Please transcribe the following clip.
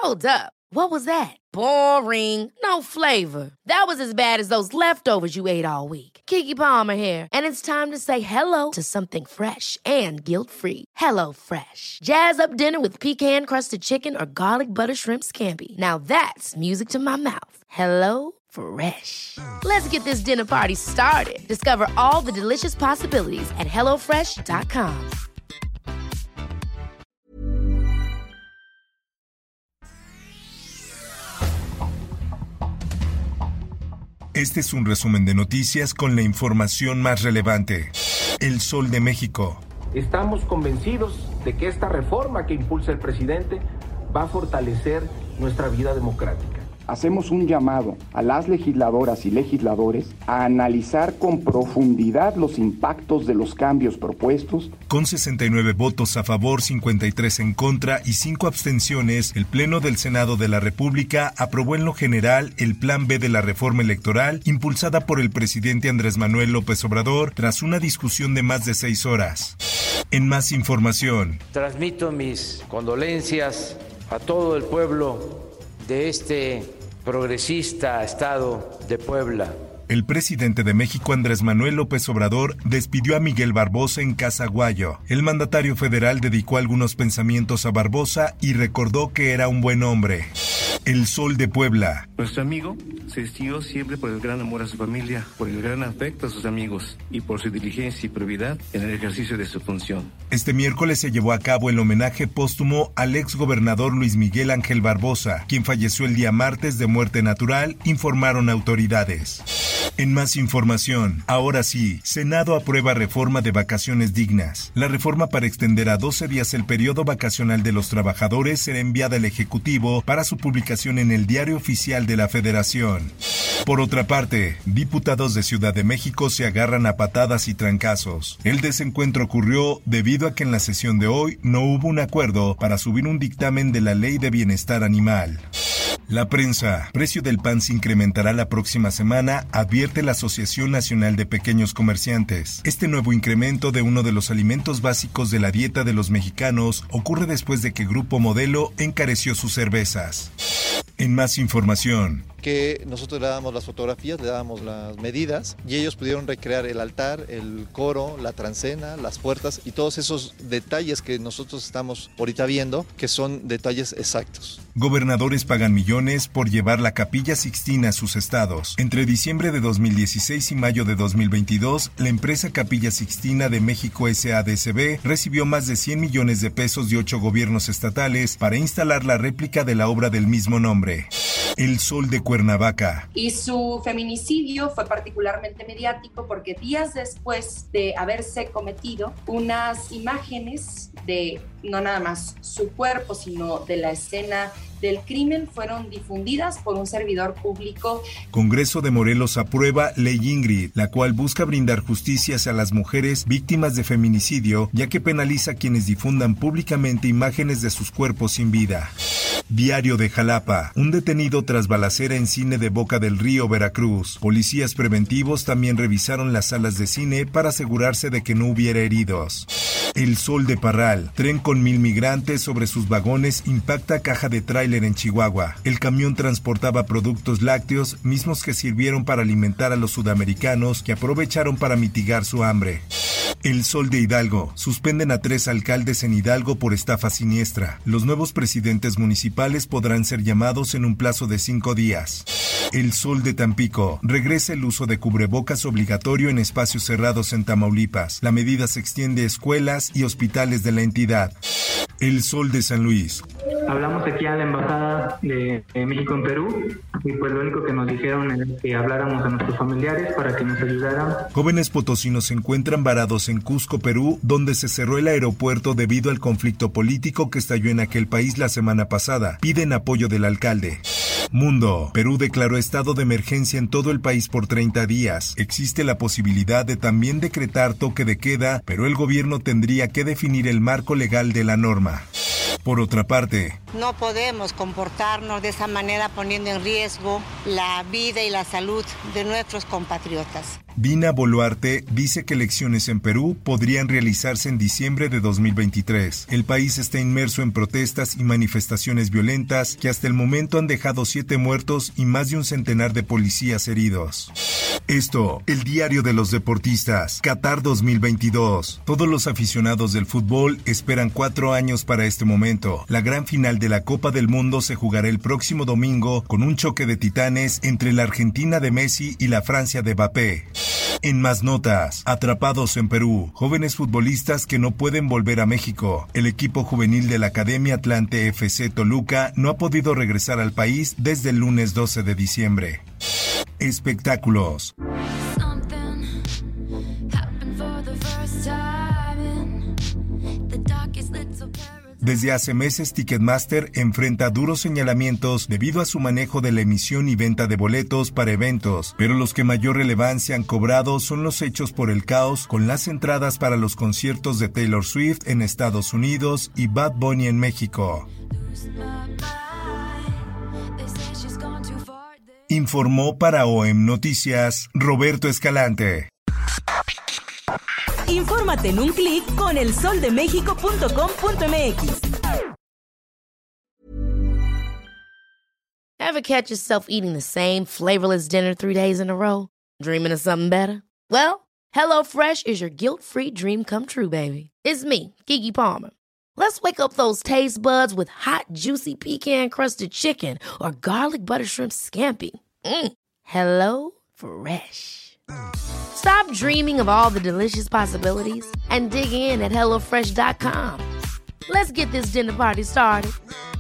Hold up. What was that? Boring. No flavor. That was as bad as those leftovers you ate all week. Keke Palmer here, and it's time to say hello to something fresh and guilt-free. Hello Fresh. Jazz up dinner with pecan-crusted chicken or garlic butter shrimp scampi. Now that's music to my mouth. Hello Fresh. Let's get this dinner party started. Discover all the delicious possibilities at hellofresh.com. Este es un resumen de noticias con la información más relevante. El Sol de México. Estamos convencidos de que esta reforma que impulsa el presidente va a fortalecer nuestra vida democrática. Hacemos un llamado a las legisladoras y legisladores a analizar con profundidad los impactos de los cambios propuestos. Con 69 votos a favor, 53 en contra y 5 abstenciones, el Pleno del Senado de la República aprobó en lo general el Plan B de la reforma electoral impulsada por el presidente Andrés Manuel López Obrador tras una discusión de más de 6 horas. En más información. Transmito mis condolencias a todo el pueblo de este progresista estado de Puebla. El presidente de México, Andrés Manuel López Obrador, despidió a Miguel Barbosa en Casaguayo. El mandatario federal dedicó algunos pensamientos a Barbosa y recordó que era un buen hombre. El Sol de Puebla. Nuestro amigo se distinguió siempre por el gran amor a su familia, por el gran afecto a sus amigos y por su diligencia y probidad en el ejercicio de su función. Este miércoles se llevó a cabo el homenaje póstumo al exgobernador Luis Miguel Ángel Barbosa, quien falleció el día martes de muerte natural, informaron autoridades. En más información, ahora sí, Senado aprueba reforma de vacaciones dignas. La reforma para extender a 12 días el periodo vacacional de los trabajadores será enviada al Ejecutivo para su publicación en el Diario Oficial de la Federación. Por otra parte, diputados de Ciudad de México se agarran a patadas y trancazos. El desencuentro ocurrió debido a que en la sesión de hoy no hubo un acuerdo para subir un dictamen de la Ley de Bienestar Animal. La prensa. Precio del pan se incrementará la próxima semana, advierte la Asociación Nacional de Pequeños Comerciantes. Este nuevo incremento de uno de los alimentos básicos de la dieta de los mexicanos ocurre después de que Grupo Modelo encareció sus cervezas. En más información. Que nosotros le dábamos las fotografías, le dábamos las medidas y ellos pudieron recrear el altar, el coro, la trancena, las puertas y todos esos detalles que nosotros estamos ahorita viendo, que son detalles exactos. Gobernadores pagan millones por llevar la Capilla Sixtina a sus estados. Entre diciembre de 2016 y mayo de 2022, la empresa Capilla Sixtina de México S.A.D.C.B. recibió más de 100 millones de pesos de 8 gobiernos estatales para instalar la réplica de la obra del mismo nombre. El Sol de Cuernavaca. Y su feminicidio fue particularmente mediático porque días después de haberse cometido, unas imágenes de no nada más su cuerpo, sino de la escena del crimen fueron difundidas por un servidor público. Congreso de Morelos aprueba Ley Ingrid, la cual busca brindar justicia hacia las mujeres víctimas de feminicidio, ya que penaliza a quienes difundan públicamente imágenes de sus cuerpos sin vida. Diario de Jalapa. Un detenido tras balacera en cine de Boca del Río, Veracruz. Policías preventivos también revisaron las salas de cine para asegurarse de que no hubiera heridos. El Sol de Parral. Tren con 1,000 migrantes sobre sus vagones impacta caja de tráiler en Chihuahua. El camión transportaba productos lácteos, mismos que sirvieron para alimentar a los sudamericanos que aprovecharon para mitigar su hambre. El Sol de Hidalgo. Suspenden a 3 alcaldes en Hidalgo por estafa siniestra. Los nuevos presidentes municipales podrán ser llamados en un plazo de 5 días. El Sol de Tampico. Regresa el uso de cubrebocas obligatorio en espacios cerrados en Tamaulipas. La medida se extiende a escuelas y hospitales de la entidad. El Sol de San Luis. Hablamos aquí a la Embajada de México en Perú y pues lo único que nos dijeron es que habláramos a nuestros familiares para que nos ayudaran. Jóvenes potosinos se encuentran varados en Cusco, Perú, donde se cerró el aeropuerto debido al conflicto político que estalló en aquel país la semana pasada. Piden apoyo del alcalde. Mundo. Perú declaró estado de emergencia en todo el país por 30 días. Existe la posibilidad de también decretar toque de queda, pero el gobierno tendría que definir el marco legal de la norma. Por otra parte, no podemos comportarnos de esa manera poniendo en riesgo la vida y la salud de nuestros compatriotas. Dina Boluarte dice que elecciones en Perú podrían realizarse en diciembre de 2023. El país está inmerso en protestas y manifestaciones violentas que hasta el momento han dejado 7 muertos y más de un centenar de policías heridos. Esto, el diario de los deportistas, Qatar 2022. Todos los aficionados del fútbol esperan 4 años para este momento. La gran final de la Copa del Mundo se jugará el próximo domingo con un choque de titanes entre la Argentina de Messi y la Francia de Mbappé. En más notas, atrapados en Perú, jóvenes futbolistas que no pueden volver a México. El equipo juvenil de la Academia Atlante FC Toluca no ha podido regresar al país desde el lunes 12 de diciembre. Espectáculos. Desde hace meses, Ticketmaster enfrenta duros señalamientos debido a su manejo de la emisión y venta de boletos para eventos, pero los que mayor relevancia han cobrado son los hechos por el caos con las entradas para los conciertos de Taylor Swift en Estados Unidos y Bad Bunny en México. Informó para OEM Noticias Roberto Escalante. Infórmate en un clic con elsoldemexico.com.mx. Ever catch yourself eating the same flavorless dinner 3 days in a row? Dreaming of something better? Well, HelloFresh is your guilt-free dream come true, baby. It's me, Keke Palmer. Let's wake up those taste buds with hot, juicy pecan-crusted chicken or garlic butter shrimp scampi. Hello Fresh. Stop dreaming of all the delicious possibilities and dig in at HelloFresh.com. Let's get this dinner party started.